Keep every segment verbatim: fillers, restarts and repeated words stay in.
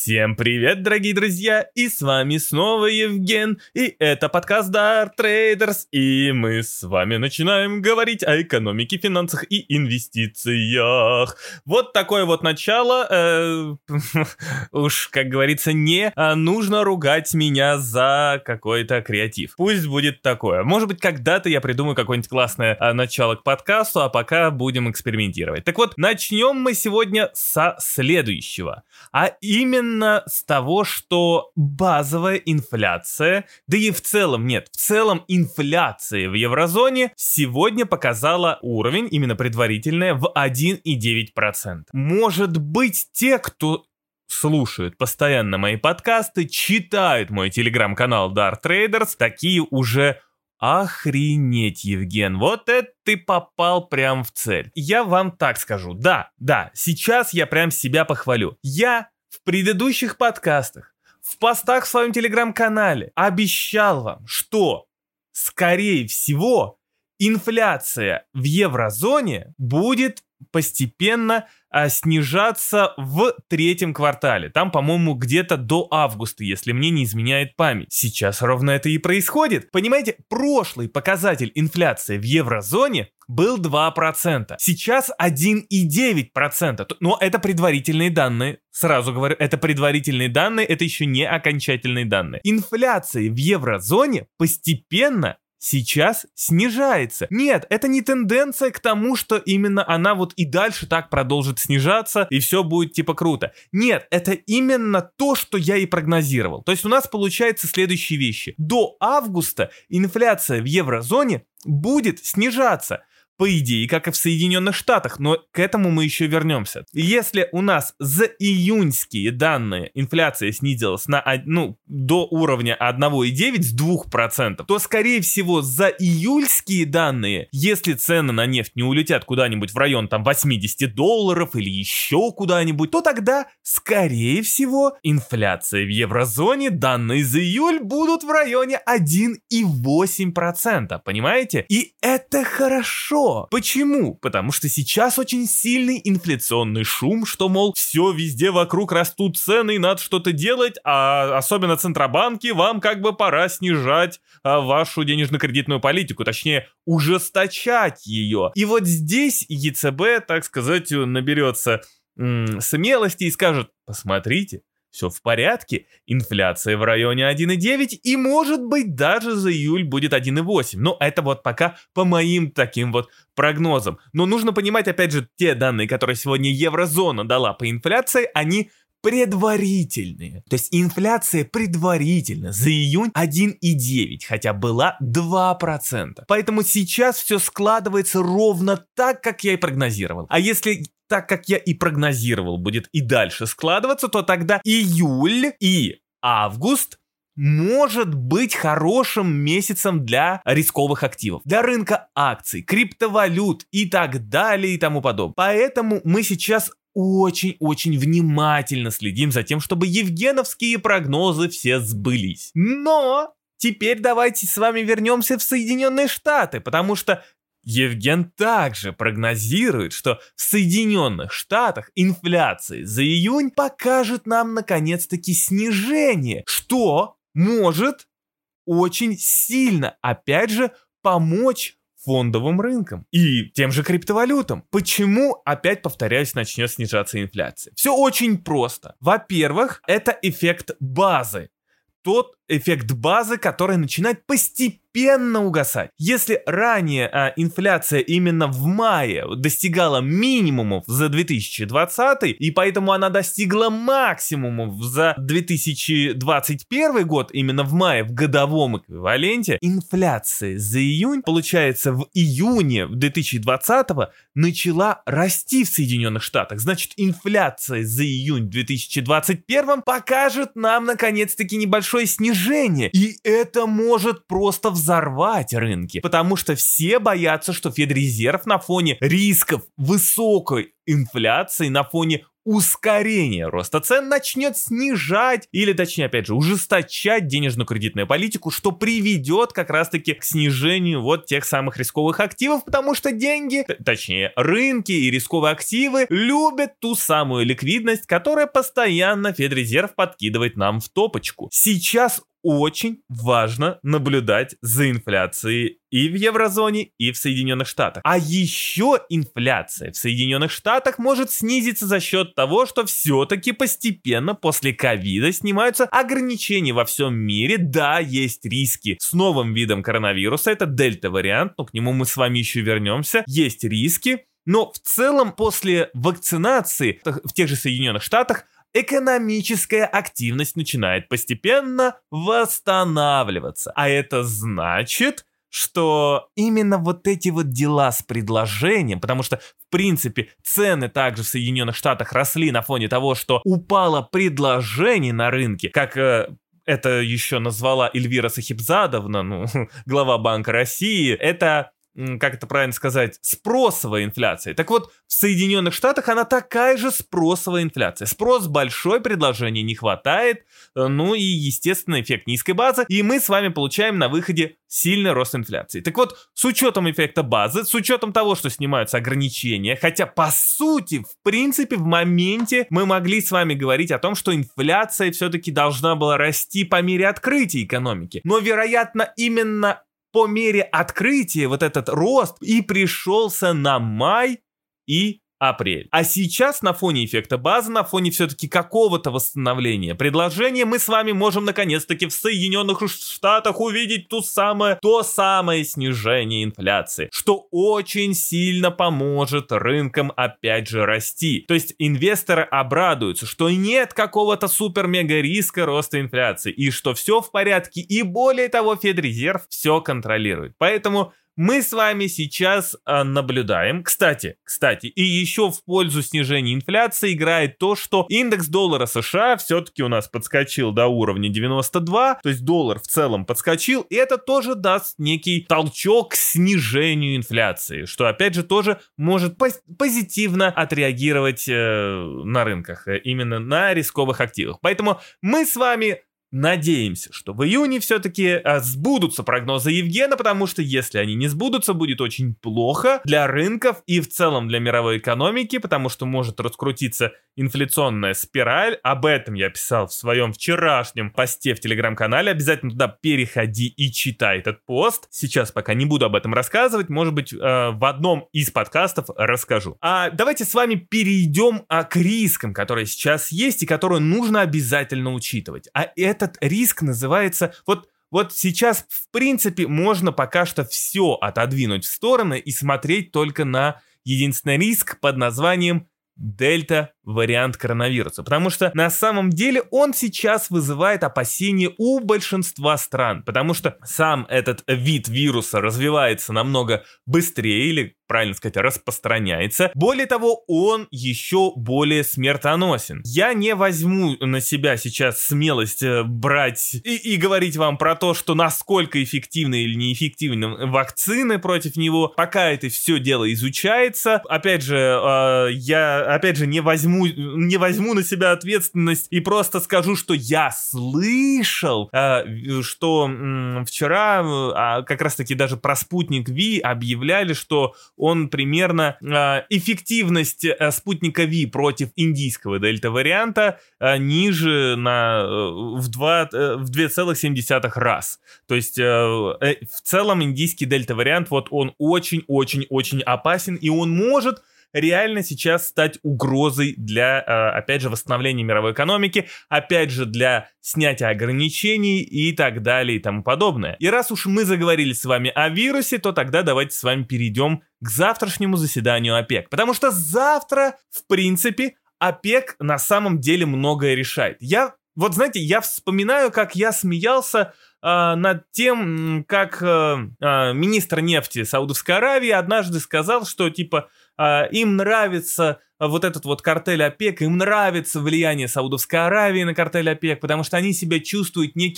Всем привет, дорогие друзья, и с вами снова Евген, и это подкаст Dart Traders, и мы с вами начинаем говорить о экономике, финансах и инвестициях. Вот такое вот начало, э, уж, как говорится, не нужно ругать меня за какой-то креатив. Пусть будет такое. Может быть, когда-то я придумаю какое-нибудь классное начало к подкасту, а пока будем экспериментировать. Так вот, начнем мы сегодня со следующего, а именно с того, что базовая инфляция, да и в целом, нет, в целом инфляция в еврозоне сегодня показала уровень, именно предварительная, в один и девять десятых процента. Может быть, те, кто слушают постоянно мои подкасты, читают мой телеграм-канал Dart Traders, такие уже: охренеть, Евген, вот это ты попал прям в цель. Я вам так скажу, да, да, сейчас я прям себя похвалю. Я в предыдущих подкастах, в постах в своем телеграм-канале обещал вам, что, скорее всего, инфляция в еврозоне будет постепенно а, снижаться в третьем квартале. Там, по-моему, где-то до августа, если мне не изменяет память. Сейчас ровно это и происходит. Понимаете, прошлый показатель инфляции в еврозоне был два процента. Сейчас один и девять десятых процента. Но это предварительные данные. Сразу говорю, это предварительные данные, это еще не окончательные данные. Инфляция в еврозоне постепенно сейчас снижается. Нет, это не тенденция к тому, что именно она вот и дальше так продолжит снижаться, и все будет типа круто. Нет, это именно то, что я и прогнозировал. То есть у нас получается следующие вещи. До августа инфляция в еврозоне будет снижаться. По идее, как и в Соединенных Штатах, но к этому мы еще вернемся. Если у нас за июньские данные инфляция снизилась на, ну, до уровня один и девять с двух процентов, то, скорее всего, за июльские данные, если цены на нефть не улетят куда-нибудь в район там восемьдесят долларов или еще куда-нибудь, то тогда, скорее всего, инфляция в еврозоне, данные за июль, будут в районе один и восемь десятых процента, понимаете? И это хорошо. Почему? Потому что сейчас очень сильный инфляционный шум, что, мол, все везде вокруг растут цены и надо что-то делать, а особенно центробанки, вам как бы пора снижать а, вашу денежно-кредитную политику, точнее, ужесточать ее. И вот здесь ЕЦБ, так сказать, наберется м- смелости и скажет: посмотрите, все в порядке, инфляция в районе один и девять, и может быть даже за июль будет один и восемь. Но это вот пока по моим таким вот прогнозам. Но нужно понимать, опять же, те данные, которые сегодня еврозона дала по инфляции, они предварительные. То есть инфляция предварительно за июнь один и девять, хотя была два процента. Поэтому сейчас все складывается ровно так, как я и прогнозировал. А если так, как я и прогнозировал, будет и дальше складываться, то тогда июль и август может быть хорошим месяцем для рисковых активов, для рынка акций, криптовалют и так далее и тому подобное. Поэтому мы сейчас очень-очень внимательно следим за тем, чтобы евгеновские прогнозы все сбылись. Но теперь давайте с вами вернемся в Соединенные Штаты, потому что Евген также прогнозирует, что в Соединенных Штатах инфляция за июнь покажет нам наконец-таки снижение, что может очень сильно, опять же, помочь фондовым рынкам и тем же криптовалютам. Почему, опять повторяюсь, начнет снижаться инфляция? Все очень просто. Во-первых, это эффект базы. Тот эффект базы, который начинает постепенно угасать. Если ранее а, инфляция именно в мае достигала минимумов за две тысячи двадцатый, и поэтому она достигла максимумов за две тысячи двадцать первый год, именно в мае, в годовом эквиваленте, инфляция за июнь, получается, в июне две тысячи двадцатого начала расти в Соединенных Штатах. Значит, инфляция за июнь две тысячи двадцать первого покажет нам, наконец-таки, небольшое снижение. И это может просто взорвать взорвать рынки, потому что все боятся, что Федрезерв на фоне рисков высокой инфляции, на фоне ускорение роста цен начнет снижать, или точнее, опять же, ужесточать денежно-кредитную политику, что приведет как раз-таки к снижению вот тех самых рисковых активов, потому что деньги, точнее, рынки и рисковые активы любят ту самую ликвидность, которая постоянно Федрезерв подкидывает нам в топочку. Сейчас очень важно наблюдать за инфляцией и в еврозоне, и в Соединенных Штатах. А еще инфляция в Соединенных Штатах может снизиться за счет того, что все-таки постепенно после ковида снимаются ограничения во всем мире. Да, есть риски с новым видом коронавируса, это дельта-вариант, но к нему мы с вами еще вернемся. Есть риски, но в целом после вакцинации в тех же Соединенных Штатах экономическая активность начинает постепенно восстанавливаться. А это значит, что именно вот эти вот дела с предложением, потому что, в принципе, цены также в Соединенных Штатах росли на фоне того, что упало предложение на рынке, как э, это еще назвала Эльвира Сахибзадовна, ну, глава Банка России, это... как это правильно сказать, спросовая инфляция. Так вот, в Соединенных Штатах она такая же спросовая инфляция. Спрос большой, предложения не хватает, ну и, естественно, эффект низкой базы, и мы с вами получаем на выходе сильный рост инфляции. Так вот, с учетом эффекта базы, с учетом того, что снимаются ограничения, хотя, по сути, в принципе, в моменте мы могли с вами говорить о том, что инфляция все-таки должна была расти по мере открытия экономики. Но, вероятно, именно по мере открытия вот этот рост и пришелся на май и апрель. А сейчас на фоне эффекта базы, на фоне все-таки какого-то восстановления предложения, мы с вами можем наконец-таки в Соединенных Штатах увидеть ту самое, то самое снижение инфляции, что очень сильно поможет рынкам опять же расти. То есть инвесторы обрадуются, что нет какого-то супер-мега риска роста инфляции и что все в порядке, и более того, Федрезерв все контролирует. Поэтому мы с вами сейчас а, наблюдаем. Кстати, кстати, и еще в пользу снижения инфляции играет то, что индекс доллара США все-таки у нас подскочил до уровня девяносто два, то есть доллар в целом подскочил, и это тоже даст некий толчок к снижению инфляции, что опять же тоже может поз- позитивно отреагировать э, на рынках, э, именно на рисковых активах. Поэтому мы с вами надеемся, что в июне все-таки а, сбудутся прогнозы Евгена, потому что если они не сбудутся, будет очень плохо для рынков и в целом для мировой экономики, потому что может раскрутиться инфляционная спираль. Об этом я писал в своем вчерашнем посте в телеграм-канале. Обязательно туда переходи и читай этот пост. Сейчас пока не буду об этом рассказывать, может быть, э, в одном из подкастов расскажу. А давайте с вами перейдем а, к рискам, которые сейчас есть и которые нужно обязательно учитывать. А это Этот риск называется... Вот, вот сейчас, в принципе, можно пока что все отодвинуть в стороны и смотреть только на единственный риск под названием дельта-вариант коронавируса. Потому что на самом деле он сейчас вызывает опасения у большинства стран. Потому что сам этот вид вируса развивается намного быстрее, или, правильно сказать, распространяется. Более того, он еще более смертоносен. Я не возьму на себя сейчас смелость брать и, и говорить вам про то, что насколько эффективны или неэффективны вакцины против него. Пока это все дело изучается. Опять же, э, я опять же не возьму, не возьму на себя ответственность и просто скажу, что я слышал, э, что э, вчера э, как раз-таки даже про Спутник Ви объявляли, что он примерно э, эффективность э, Спутника Ви против индийского дельта-варианта э, ниже на, э, в, два, э, в два целых семь десятых раз. То есть э, э, в целом индийский дельта-вариант, вот он очень-очень-очень опасен, и он может реально сейчас стать угрозой для, опять же, восстановления мировой экономики, опять же, для снятия ограничений и так далее и тому подобное. И раз уж мы заговорили с вами о вирусе, то тогда давайте с вами перейдем к завтрашнему заседанию ОПЕК. Потому что завтра, в принципе, ОПЕК на самом деле многое решает. Я, вот знаете, я вспоминаю, как я смеялся э, над тем, как э, э, министр нефти Саудовской Аравии однажды сказал, что типа Uh, им нравится вот этот вот картель ОПЕК, им нравится влияние Саудовской Аравии на картель ОПЕК, потому что они себя чувствуют неким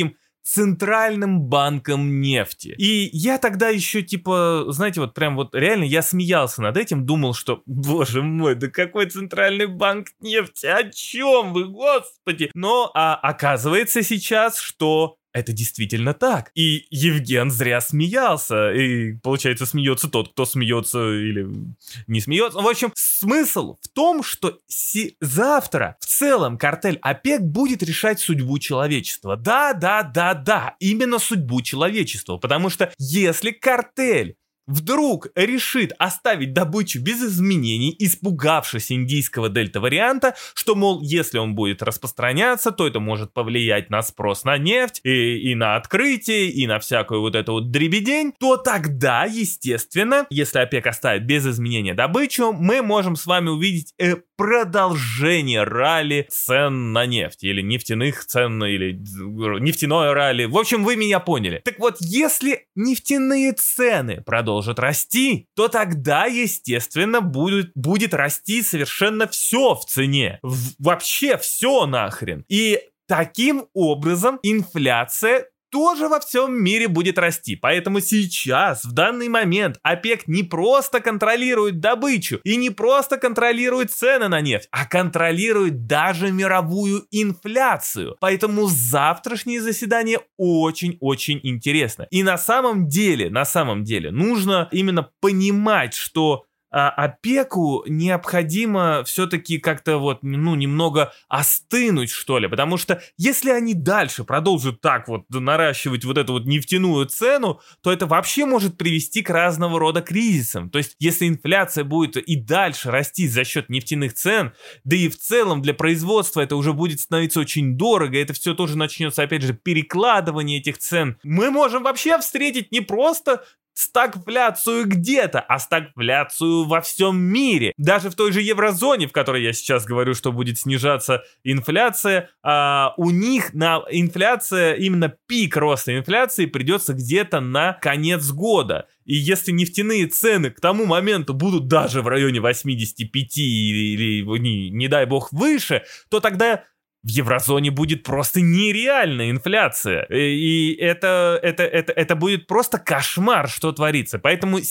центральным банком нефти. И я тогда еще, типа, знаете, вот прям вот реально я смеялся над этим, думал, что, боже мой, да какой центральный банк нефти, о чем вы, господи? Но а, оказывается сейчас, что это действительно так. И Евген зря смеялся. И, получается, смеется тот, кто смеется или не смеется. В общем, смысл в том, что си- завтра в целом картель ОПЕК будет решать судьбу человечества. Да, да, да, да, именно судьбу человечества. Потому что если картель вдруг решит оставить добычу без изменений, испугавшись индийского дельта-варианта, что, мол, если он будет распространяться, то это может повлиять на спрос на нефть, и, и на открытие, и на всякую вот эту вот дребедень, то тогда, естественно, если ОПЕК оставит без изменения добычу, мы можем с вами увидеть э, продолжение ралли цен на нефть, или нефтяных цен, или нефтяное ралли. В общем, вы меня поняли. Так вот, если нефтяные цены продолжат расти, то тогда, естественно, будет, будет расти совершенно все в цене. В, вообще все нахрен. И таким образом инфляция тоже во всем мире будет расти. Поэтому сейчас, в данный момент, ОПЕК не просто контролирует добычу и не просто контролирует цены на нефть, а контролирует даже мировую инфляцию. Поэтому завтрашнее заседание очень-очень интересно. И на самом деле, на самом деле, нужно именно понимать, что А ОПЕКу необходимо все-таки как-то вот, ну, немного остынуть, что ли, потому что если они дальше продолжат так вот наращивать вот эту вот нефтяную цену, то это вообще может привести к разного рода кризисам. То есть, если инфляция будет и дальше расти за счет нефтяных цен, да и в целом для производства это уже будет становиться очень дорого, это все тоже начнется, опять же, перекладывание этих цен, мы можем вообще встретить не просто стагфляцию где-то, а стагфляцию во всем мире. Даже в той же еврозоне, в которой я сейчас говорю, что будет снижаться инфляция, а, у них на инфляция, именно пик роста инфляции придется где-то на конец года. И если нефтяные цены к тому моменту будут даже в районе восьмидесяти пяти или, или не, не дай бог, выше, то тогда в еврозоне будет просто нереальная инфляция. И это, это, это, это будет просто кошмар, что творится. Поэтому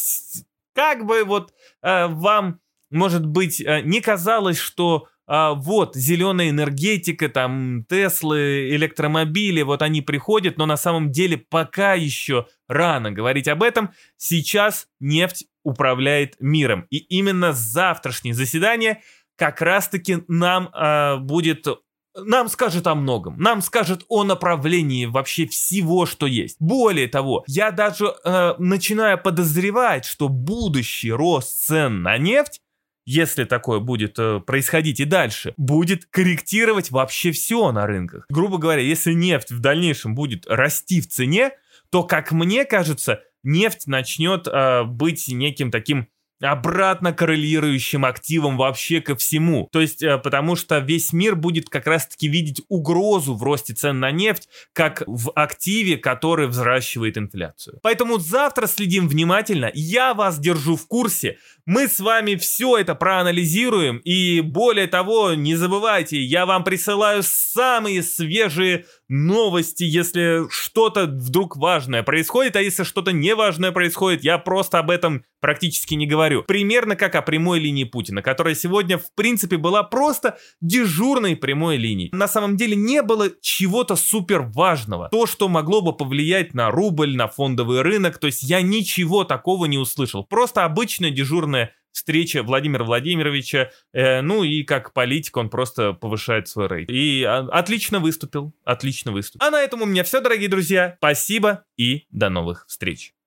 как бы вот э, вам, может быть, э, не казалось, что э, вот зеленая энергетика, там Теслы, электромобили, вот они приходят, но на самом деле пока еще рано говорить об этом. Сейчас нефть управляет миром. И именно завтрашнее заседание как раз-таки нам э, будет... Нам скажет о многом, нам скажет о направлении вообще всего, что есть. Более того, я даже э, начинаю подозревать, что будущий рост цен на нефть, если такое будет э, происходить и дальше, будет корректировать вообще все на рынках. Грубо говоря, если нефть в дальнейшем будет расти в цене, то, как мне кажется, нефть начнет э, быть неким таким обратно коррелирующим активом вообще ко всему. То есть, э, потому что весь мир будет как раз-таки видеть угрозу в росте цен на нефть, как в активе, который взращивает инфляцию. Поэтому завтра следим внимательно, я вас держу в курсе, мы с вами все это проанализируем, и более того, не забывайте, я вам присылаю самые свежие новости, если что-то вдруг важное происходит, а если что-то неважное происходит, я просто об этом практически не говорю. Примерно как о прямой линии Путина, которая сегодня, в принципе, была просто дежурной прямой линией. На самом деле не было чего-то супер важного. То, что могло бы повлиять на рубль, на фондовый рынок, то есть я ничего такого не услышал. Просто обычная дежурная встреча Владимира Владимировича, э, ну и как политик он просто повышает свой рейтинг. И а, отлично выступил, отлично выступил. А на этом у меня все, дорогие друзья. Спасибо и до новых встреч.